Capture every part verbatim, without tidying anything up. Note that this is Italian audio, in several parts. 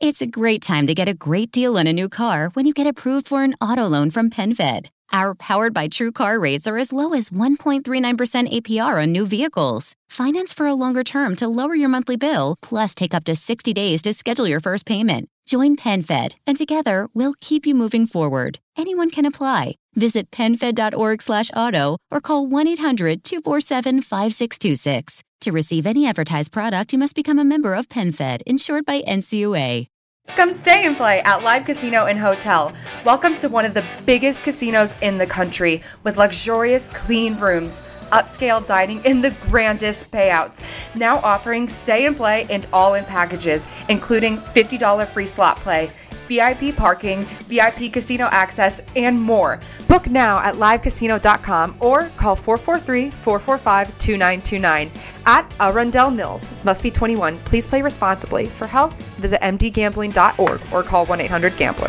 It's a great time to get a great deal on a new car when you get approved for an auto loan from PenFed. Our Powered by True car rates are as low as one point three nine percent A P R on new vehicles. Finance for a longer term to lower your monthly bill, plus take up to sixty days to schedule your first payment. Join PenFed, and together we'll keep you moving forward. Anyone can apply. Visit PenFed.org slash auto or call one eight hundred two four seven five six two six. To receive any advertised product, you must become a member of PenFed, insured by N C U A. Come stay and play at Live Casino and Hotel. Welcome to one of the biggest casinos in the country with luxurious, clean rooms, upscale dining, and the grandest payouts. Now offering stay and play and all-in packages, including fifty dollars free slot play, V I P parking, V I P casino access, and more. Book now at live casino dot com or call four four three, four four five, two nine two nine. At Arundel Mills. Must be twenty-one. Please play responsibly. For help, visit m d gambling dot org or call one eight hundred gambler.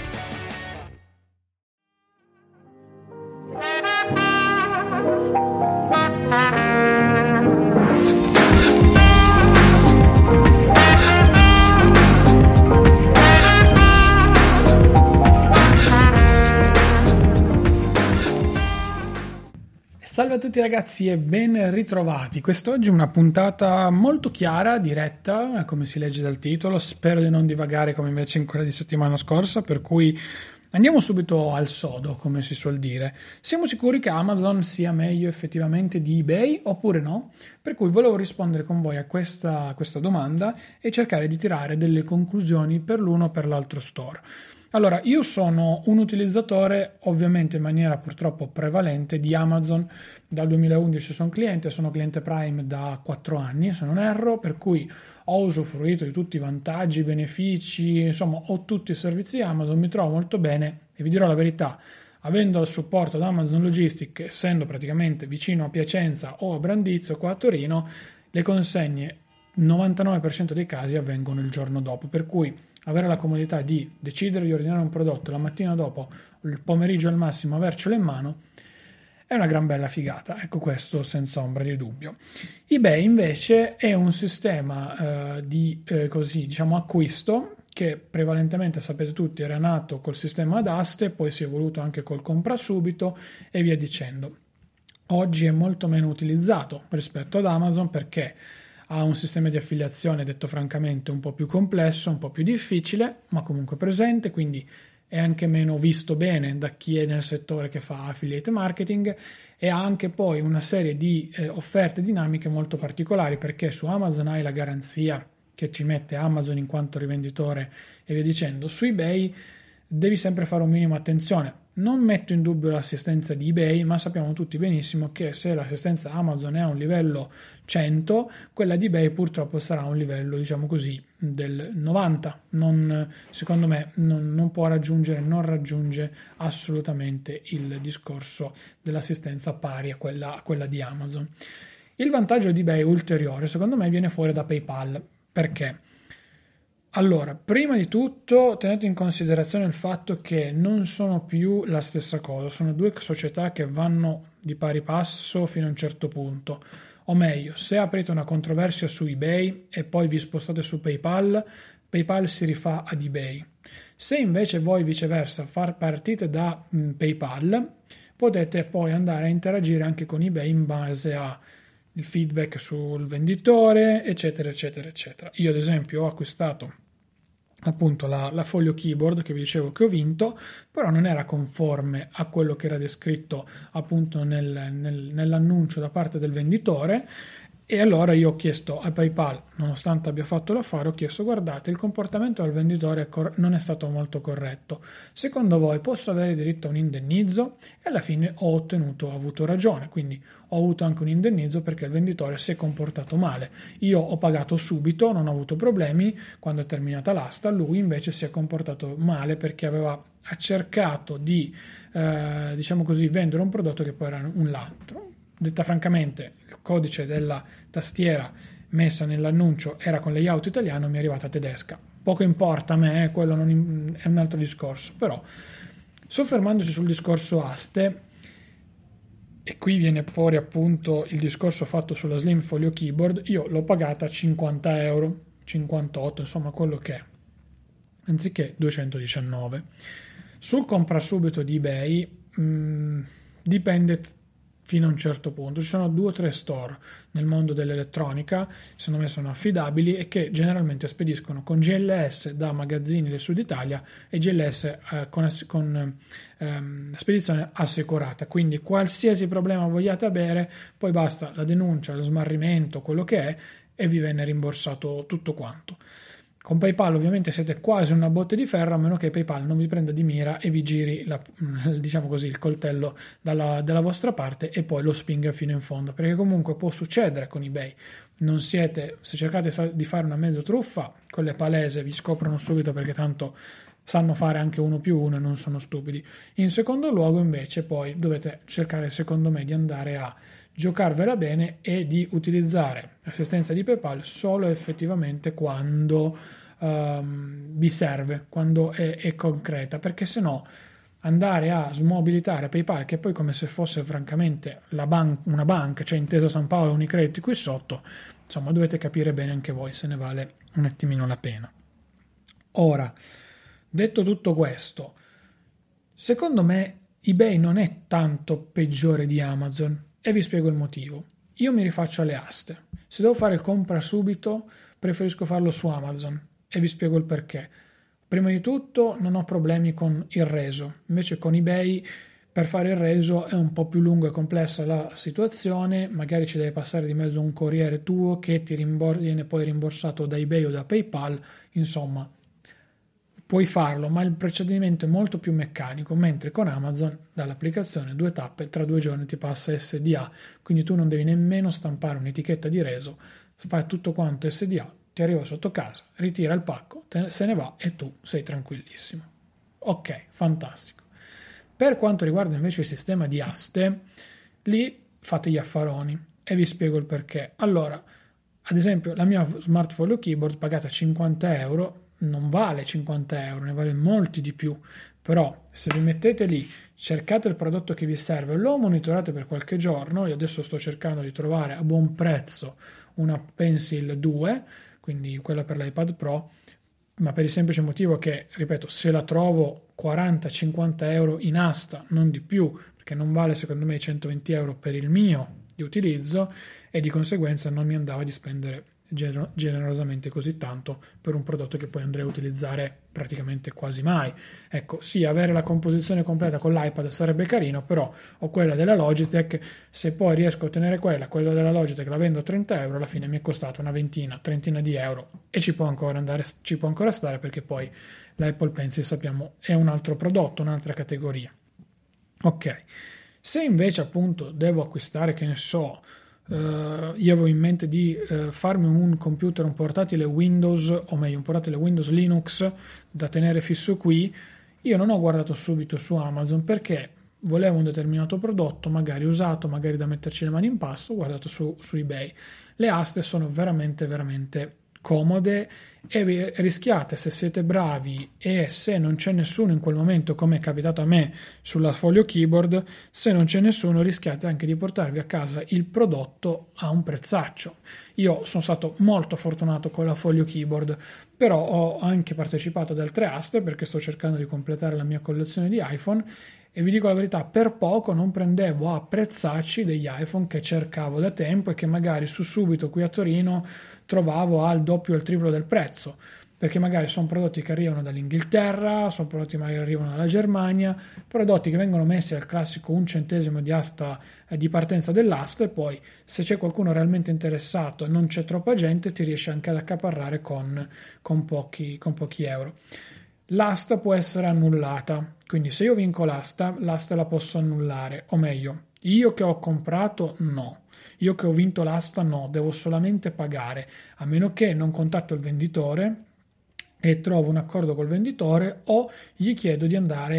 Salve a tutti ragazzi e ben ritrovati. Quest'oggi è una puntata molto chiara, diretta, come si legge dal titolo. Spero di non divagare come invece in quella di settimana scorsa, per cui andiamo subito al sodo, come si suol dire. Siamo sicuri che Amazon sia meglio effettivamente di eBay oppure no? Per cui volevo rispondere con voi a questa, a questa domanda e cercare di tirare delle conclusioni per l'uno o per l'altro store. Allora, io sono un utilizzatore, ovviamente in maniera purtroppo prevalente, di Amazon. Dal duemilaundici sono cliente, sono cliente Prime da quattro anni, se non erro, per cui ho usufruito di tutti i vantaggi, i benefici, insomma, ho tutti i servizi di Amazon, mi trovo molto bene e vi dirò la verità, avendo il supporto da Amazon Logistics, essendo praticamente vicino a Piacenza o a Brandizzo, qua a Torino, le consegne, novantanove per cento dei casi avvengono il giorno dopo, per cui avere la comodità di decidere di ordinare un prodotto la mattina dopo, il pomeriggio al massimo, avercelo in mano, è una gran bella figata. Ecco, questo senza ombra di dubbio. eBay invece è un sistema eh, di eh, così, diciamo, acquisto che prevalentemente, sapete tutti, era nato col sistema ad aste, poi si è evoluto anche col compra subito e via dicendo. Oggi è molto meno utilizzato rispetto ad Amazon perché ha un sistema di affiliazione, detto francamente, un po' più complesso, un po' più difficile, ma comunque presente, quindi è anche meno visto bene da chi è nel settore che fa affiliate marketing, e ha anche poi una serie di eh, offerte dinamiche molto particolari, perché su Amazon hai la garanzia che ci mette Amazon in quanto rivenditore e via dicendo. Su eBay devi sempre fare un minimo attenzione. Non metto in dubbio l'assistenza di eBay, ma sappiamo tutti benissimo che se l'assistenza Amazon è a un livello cento, quella di eBay purtroppo sarà a un livello, diciamo così, del novanta. Non, secondo me non, non può raggiungere, non raggiunge assolutamente il discorso dell'assistenza pari a quella, a quella di Amazon. Il vantaggio di eBay ulteriore, secondo me, viene fuori da PayPal. Perché? Allora, prima di tutto tenete in considerazione il fatto che non sono più la stessa cosa, sono due società che vanno di pari passo fino a un certo punto, o meglio, se aprite una controversia su eBay e poi vi spostate su PayPal, PayPal si rifà ad eBay. Se invece voi viceversa far partite da mh, PayPal, potete poi andare a interagire anche con eBay in base a il feedback sul venditore, eccetera, eccetera, eccetera. Io ad esempio ho acquistato appunto la, la Folio Keyboard che vi dicevo che ho vinto, però non era conforme a quello che era descritto appunto nel, nel, nell'annuncio da parte del venditore, e allora io ho chiesto a PayPal, nonostante abbia fatto l'affare, ho chiesto: guardate, il comportamento del venditore non è stato molto corretto, secondo voi posso avere diritto a un indennizzo? E alla fine ho ottenuto, ho avuto ragione, quindi ho avuto anche un indennizzo perché il venditore si è comportato male. Io ho pagato subito, non ho avuto problemi quando è terminata l'asta, lui invece si è comportato male perché aveva cercato di eh, diciamo così vendere un prodotto che poi era un altro. Detta francamente, il codice della tastiera messa nell'annuncio era con layout italiano, mi è arrivata tedesca. Poco importa a me, eh, quello non è un altro discorso, però soffermandosi sul discorso aste, e qui viene fuori appunto il discorso fatto sulla Slim Folio Keyboard, io l'ho pagata cinquanta euro, cinquantotto, insomma quello che è. anziché duecentodiciannove. Sul compra subito di eBay mh, dipende fino a un certo punto. Ci sono due o tre store nel mondo dell'elettronica, secondo me sono affidabili e che generalmente spediscono con G L S da magazzini del sud Italia e G L S eh, con, con ehm, spedizione assicurata. Quindi qualsiasi problema vogliate avere, poi basta la denuncia, lo smarrimento, quello che è, e vi viene rimborsato tutto quanto. Con PayPal ovviamente siete quasi una botte di ferro, a meno che PayPal non vi prenda di mira e vi giri la, diciamo così, il coltello dalla, dalla vostra parte e poi lo spinga fino in fondo, perché comunque può succedere con eBay. Non siete, se cercate di fare una mezza truffa, quelle palese vi scoprono subito, perché tanto sanno fare anche uno più uno e non sono stupidi. In secondo luogo invece poi dovete cercare, secondo me, di andare a giocarvela bene e di utilizzare l'assistenza di PayPal solo effettivamente quando um, vi serve, quando è, è concreta, perché se no andare a smobilitare PayPal, che poi come se fosse francamente la ban- una banca, cioè Intesa San Paolo, Unicredit qui sotto, insomma dovete capire bene anche voi se ne vale un attimino la pena. Ora, detto tutto questo, secondo me eBay non è tanto peggiore di Amazon. E vi spiego il motivo. Io mi rifaccio alle aste. Se devo fare il compra subito, preferisco farlo su Amazon. E vi spiego il perché. Prima di tutto, non ho problemi con il reso. Invece con eBay, per fare il reso è un po' più lunga e complessa la situazione. Magari ci deve passare di mezzo un corriere tuo che ti rimbor- viene poi rimborsato da eBay o da PayPal. Insomma, puoi farlo, ma il procedimento è molto più meccanico, mentre con Amazon dall'applicazione due tappe, tra due giorni ti passa S D A, quindi tu non devi nemmeno stampare un'etichetta di reso, fai tutto quanto S D A, ti arriva sotto casa, ritira il pacco, te, se ne va e tu sei tranquillissimo. Ok, fantastico. Per quanto riguarda invece il sistema di aste, lì fate gli affaroni e vi spiego il perché. Allora, ad esempio, la mia Smart Folio Keyboard pagata cinquanta euro non vale cinquanta euro, ne vale molti di più, però se vi mettete lì, cercate il prodotto che vi serve, lo monitorate per qualche giorno. Io adesso sto cercando di trovare a buon prezzo una Pencil due, quindi quella per l'iPad Pro, ma per il semplice motivo che, ripeto, se la trovo quaranta cinquanta euro in asta, non di più, perché non vale secondo me centoventi euro per il mio di utilizzo, e di conseguenza non mi andava di spendere gener- generosamente così tanto per un prodotto che poi andrei a utilizzare praticamente quasi mai. Ecco, sì, avere la composizione completa con l'iPad sarebbe carino, però ho quella della Logitech, se poi riesco a ottenere quella, quella della Logitech la vendo a trenta euro, alla fine mi è costato una ventina, trentina di euro e ci può ancora andare, ci può ancora stare, perché poi l'Apple Pencil sappiamo è un altro prodotto, un'altra categoria. Ok, se invece appunto devo acquistare, che ne so, Uh, io avevo in mente di uh, farmi un computer, un portatile Windows, o meglio un portatile Windows Linux da tenere fisso qui, io non ho guardato subito su Amazon perché volevo un determinato prodotto, magari usato, magari da metterci le mani in pasto. Ho guardato su, su eBay. Le aste sono veramente veramente comode e vi rischiate, se siete bravi e se non c'è nessuno in quel momento, come è capitato a me sulla Folio Keyboard, se non c'è nessuno rischiate anche di portarvi a casa il prodotto a un prezzaccio. Io sono stato molto fortunato con la Folio Keyboard, però ho anche partecipato ad altre aste perché sto cercando di completare la mia collezione di iPhone, e vi dico la verità, per poco non prendevo a prezzacci degli iPhone che cercavo da tempo e che magari su Subito qui a Torino trovavo al doppio o al triplo del prezzo, perché magari sono prodotti che arrivano dall'Inghilterra, sono prodotti che magari arrivano dalla Germania, prodotti che vengono messi al classico un centesimo di asta eh, di partenza dell'asta, e poi se c'è qualcuno realmente interessato e non c'è troppa gente ti riesce anche ad accaparrare con, con, pochi, con pochi euro. L'asta può essere annullata, quindi se io vinco l'asta, l'asta la posso annullare, o meglio, io che ho comprato no, io che ho vinto l'asta no, devo solamente pagare, a meno che non contatto il venditore e trovo un accordo col venditore, o gli chiedo di andare a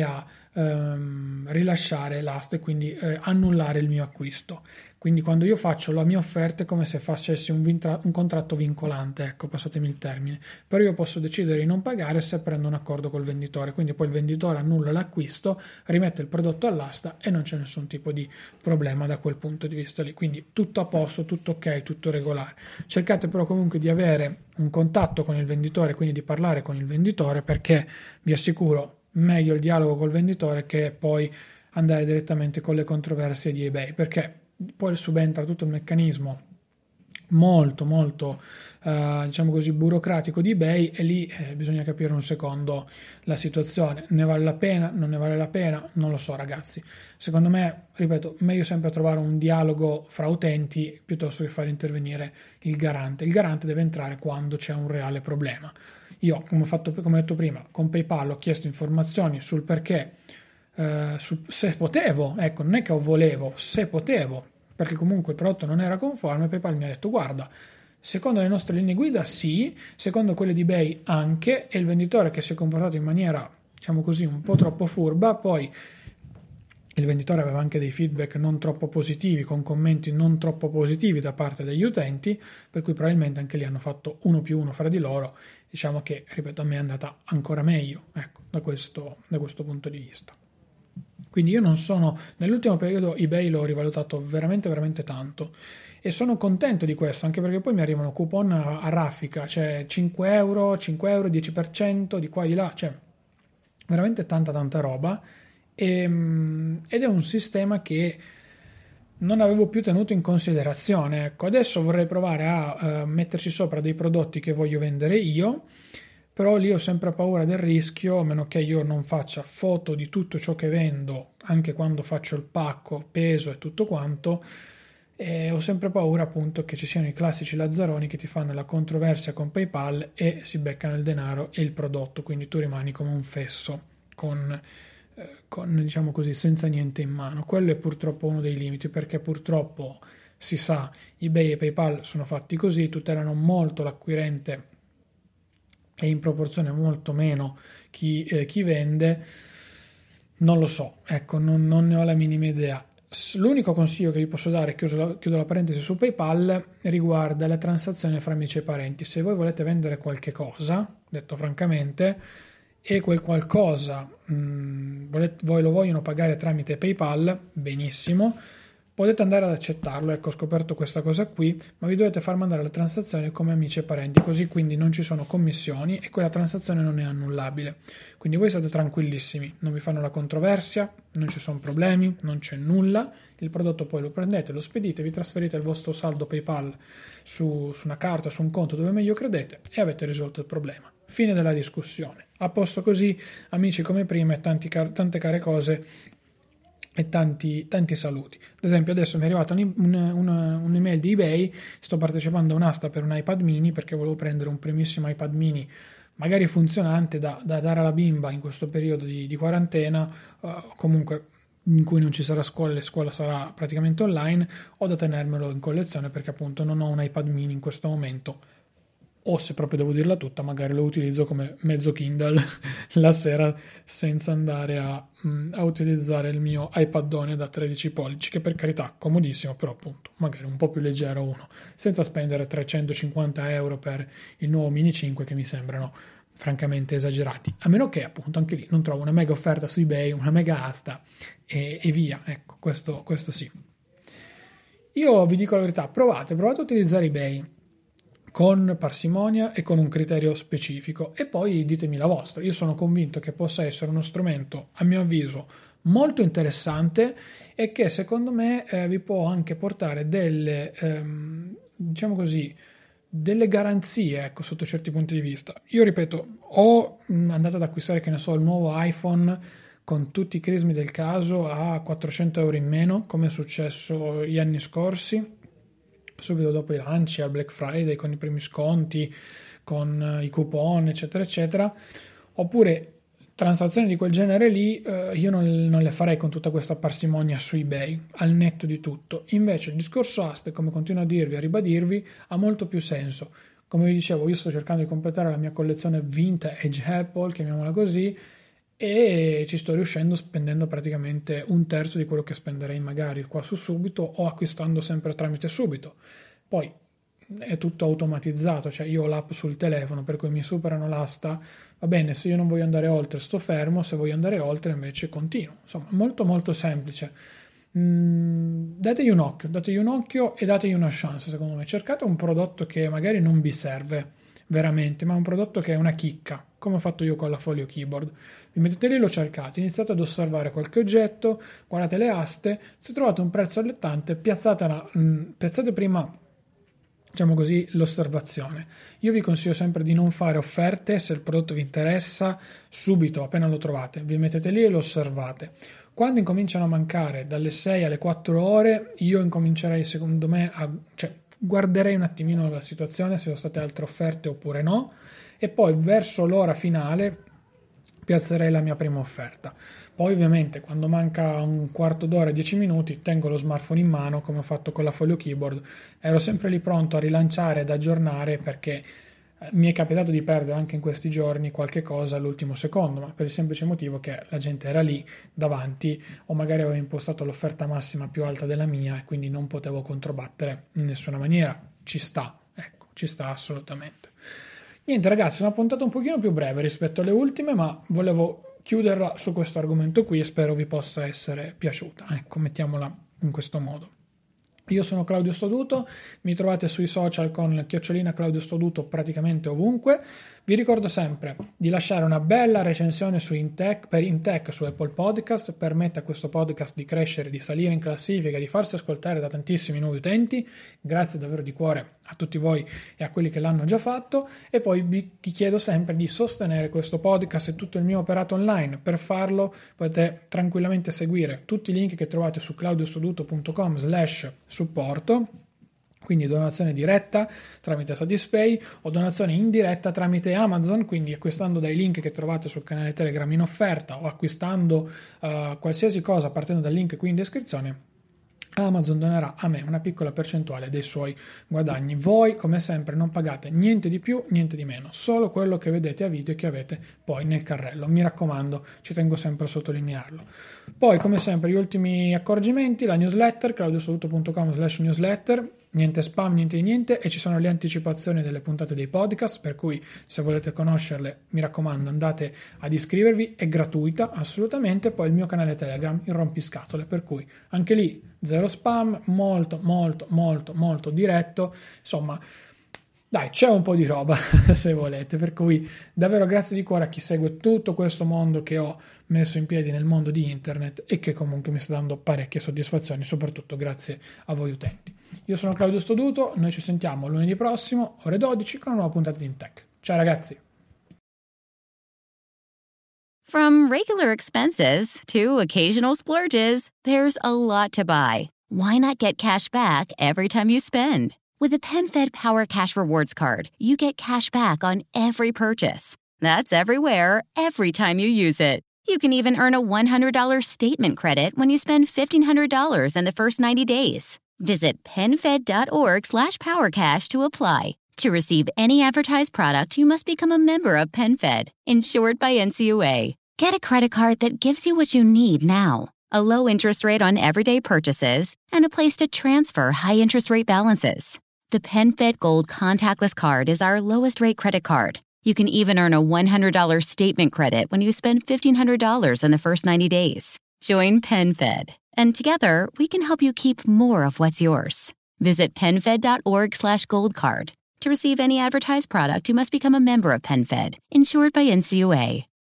ehm, rilasciare l'asta e quindi eh, annullare il mio acquisto. Quindi quando io faccio la mia offerta è come se facessi un, vintra- un contratto vincolante, ecco, passatemi il termine, però io posso decidere di non pagare se prendo un accordo col venditore, quindi poi il venditore annulla l'acquisto, rimette il prodotto all'asta e non c'è nessun tipo di problema da quel punto di vista lì, quindi tutto a posto, tutto ok, tutto regolare. Cercate però comunque di avere un contatto con il venditore, quindi di parlare con il venditore, perché vi assicuro meglio il dialogo col venditore che poi andare direttamente con le controversie di eBay, perché poi subentra tutto il meccanismo molto molto eh, diciamo così burocratico di eBay e lì eh, bisogna capire un secondo la situazione, ne vale la pena, non ne vale la pena, non lo so ragazzi, secondo me, ripeto, meglio sempre trovare un dialogo fra utenti piuttosto che far intervenire il garante. Il garante deve entrare quando c'è un reale problema. Io, come ho fatto, come ho detto prima, con PayPal ho chiesto informazioni sul perché, Uh, su, se potevo, ecco, non è che volevo, se potevo, perché comunque il prodotto non era conforme. PayPal mi ha detto guarda, secondo le nostre linee guida sì, secondo quelle di eBay anche, e il venditore che si è comportato in maniera, diciamo così, un po' troppo furba. Poi il venditore aveva anche dei feedback non troppo positivi, con commenti non troppo positivi da parte degli utenti, per cui probabilmente anche lì hanno fatto uno più uno fra di loro. Diciamo che, ripeto, a me è andata ancora meglio, ecco, da questo, da questo punto di vista. Quindi io non sono, nell'ultimo periodo eBay l'ho rivalutato veramente veramente tanto e sono contento di questo, anche perché poi mi arrivano coupon a, a raffica, cioè cinque euro, cinque euro, dieci per cento di qua e di là, cioè veramente tanta tanta roba e, ed è un sistema che non avevo più tenuto in considerazione. Ecco, adesso vorrei provare a uh, metterci sopra dei prodotti che voglio vendere io, però lì ho sempre paura del rischio, a meno che io non faccia foto di tutto ciò che vendo, anche quando faccio il pacco, peso e tutto quanto, e ho sempre paura appunto che ci siano i classici lazzaroni che ti fanno la controversia con PayPal e si beccano il denaro e il prodotto, quindi tu rimani come un fesso con, eh, con diciamo così, senza niente in mano. Quello è purtroppo uno dei limiti, perché purtroppo si sa, eBay e PayPal sono fatti così, tutelano molto l'acquirente e in proporzione molto meno chi, eh, chi vende. Non lo so, ecco, non, non ne ho la minima idea. L'unico consiglio che vi posso dare, chiuso la, chiudo la parentesi su PayPal, riguarda le transazioni fra amici e parenti. Se voi volete vendere qualche cosa, detto francamente, e quel qualcosa mh, volete, voi lo vogliono pagare tramite PayPal, benissimo, potete andare ad accettarlo. Ecco, ho scoperto questa cosa qui, ma vi dovete far mandare la transazione come amici e parenti, così quindi non ci sono commissioni e quella transazione non è annullabile. Quindi voi siete tranquillissimi, non vi fanno la controversia, non ci sono problemi, non c'è nulla. Il prodotto poi lo prendete, lo spedite, vi trasferite il vostro saldo PayPal su, su una carta, su un conto dove meglio credete e avete risolto il problema. Fine della discussione. A posto così, amici come prima e tanti, tante care cose e tanti, tanti saluti. Ad esempio adesso mi è arrivata un, un, una, un'email di eBay, sto partecipando a un'asta per un iPad mini perché volevo prendere un primissimo iPad mini magari funzionante da, da dare alla bimba in questo periodo di, di quarantena, uh, comunque in cui non ci sarà scuola, la scuola sarà praticamente online, o da tenermelo in collezione perché appunto non ho un iPad mini in questo momento, o se proprio devo dirla tutta magari lo utilizzo come mezzo Kindle la sera senza andare a, a utilizzare il mio iPadone da tredici pollici, che per carità comodissimo, però appunto magari un po' più leggero uno, senza spendere trecentocinquanta euro per il nuovo Mini cinque che mi sembrano francamente esagerati, a meno che appunto anche lì non trovo una mega offerta su eBay, una mega asta e, e via. Ecco, questo, questo sì. Io vi dico la verità, provate, provate a utilizzare eBay con parsimonia e con un criterio specifico e poi ditemi la vostra. Io sono convinto che possa essere uno strumento, a mio avviso, molto interessante e che secondo me eh, vi può anche portare delle, ehm, diciamo così, delle garanzie, ecco, sotto certi punti di vista. Io ripeto, ho mh, andato ad acquistare, che ne so, il nuovo iPhone con tutti i crismi del caso a quattrocento euro in meno, come è successo gli anni scorsi, subito dopo i lanci al Black Friday, con i primi sconti, con i coupon eccetera eccetera. Oppure transazioni di quel genere lì eh, io non, non le farei con tutta questa parsimonia su eBay, al netto di tutto. Invece il discorso aste, come continuo a dirvi, a ribadirvi, ha molto più senso. Come vi dicevo, io sto cercando di completare la mia collezione vintage Apple, chiamiamola così, e ci sto riuscendo spendendo praticamente un terzo di quello che spenderei magari qua su Subito o acquistando sempre tramite Subito. Poi è tutto automatizzato, cioè io ho l'app sul telefono per cui mi superano l'asta, va bene, se io non voglio andare oltre sto fermo, se voglio andare oltre invece continuo. Insomma, molto molto semplice. Mm, dategli un occhio, dategli un occhio e dategli una chance. Secondo me cercate un prodotto che magari non vi serve veramente, ma un prodotto che è una chicca, come ho fatto io con la Folio Keyboard. Vi mettete lì, lo cercate, iniziate ad osservare qualche oggetto, guardate le aste, se trovate un prezzo allettante piazzatela, mm, piazzate prima, diciamo così, l'osservazione. Io vi consiglio sempre di non fare offerte se il prodotto vi interessa subito, appena lo trovate, vi mettete lì e lo osservate. Quando incominciano a mancare dalle sei alle quattro ore, io incomincerei, secondo me, a, cioè guarderei un attimino la situazione, se sono state altre offerte oppure no, e poi verso l'ora finale piazzerei la mia prima offerta. Poi ovviamente quando manca un quarto d'ora, dieci minuti, tengo lo smartphone in mano come ho fatto con la Folio Keyboard, ero sempre lì pronto a rilanciare ed aggiornare perché mi è capitato di perdere anche in questi giorni qualche cosa all'ultimo secondo, ma per il semplice motivo che la gente era lì davanti o magari avevo impostato l'offerta massima più alta della mia e quindi non potevo controbattere in nessuna maniera. Ci sta, ecco, ci sta assolutamente. Niente ragazzi, una puntata un pochino più breve rispetto alle ultime, ma volevo chiuderla su questo argomento qui e spero vi possa essere piaciuta. Ecco, mettiamola in questo modo. Io sono Claudio Stoduto, mi trovate sui social con chiocciolina Claudio Stoduto praticamente ovunque. Vi ricordo sempre di lasciare una bella recensione su Intech, per Intech su Apple Podcast, permette a questo podcast di crescere, di salire in classifica, di farsi ascoltare da tantissimi nuovi utenti. Grazie davvero di cuore a tutti voi e a quelli che l'hanno già fatto. E poi vi chiedo sempre di sostenere questo podcast e tutto il mio operato online. Per farlo potete tranquillamente seguire tutti i link che trovate su claudiostoduto punto com slash supporto, quindi donazione diretta tramite Satispay o donazione indiretta tramite Amazon, quindi acquistando dai link che trovate sul canale Telegram in offerta o acquistando uh, qualsiasi cosa partendo dal link qui in descrizione. Amazon donerà a me una piccola percentuale dei suoi guadagni. Voi, come sempre, non pagate niente di più, niente di meno, solo quello che vedete a video e che avete poi nel carrello. Mi raccomando, ci tengo sempre a sottolinearlo. Poi, come sempre, gli ultimi accorgimenti, la newsletter, claudiostoduto punto com slash newsletter, niente spam, niente di niente, e ci sono le anticipazioni delle puntate dei podcast, per cui se volete conoscerle, mi raccomando, andate ad iscrivervi, è gratuita, assolutamente. Poi il mio canale Telegram, il rompiscatole, per cui anche lì zero spam, molto molto molto molto diretto, insomma dai, c'è un po' di roba se volete, per cui davvero grazie di cuore a chi segue tutto questo mondo che ho messo in piedi nel mondo di internet e che comunque mi sta dando parecchie soddisfazioni, soprattutto grazie a voi utenti. Io sono Claudio Stoduto, noi ci sentiamo lunedì prossimo ore dodici con una nuova puntata di Intech. Ciao ragazzi. From regular expenses to occasional splurges, there's a lot to buy. Why not get cash back every time you spend? With the PenFed Power Cash Rewards Card, you get cash back on every purchase. That's everywhere, every time you use it. You can even earn a one hundred dollars statement credit when you spend fifteen hundred dollars in the first ninety days. Visit penfed.org slash powercash to apply. To receive any advertised product, you must become a member of PenFed, insured by N C U A. Get a credit card that gives you what you need now. A low interest rate on everyday purchases and a place to transfer high interest rate balances. The PenFed Gold Contactless Card is our lowest rate credit card. You can even earn a one hundred dollars statement credit when you spend fifteen hundred dollars in the first ninety days. Join PenFed, and together we can help you keep more of what's yours. Visit penfed.org slash goldcard. To receive any advertised product, you must become a member of PenFed, insured by N C U A.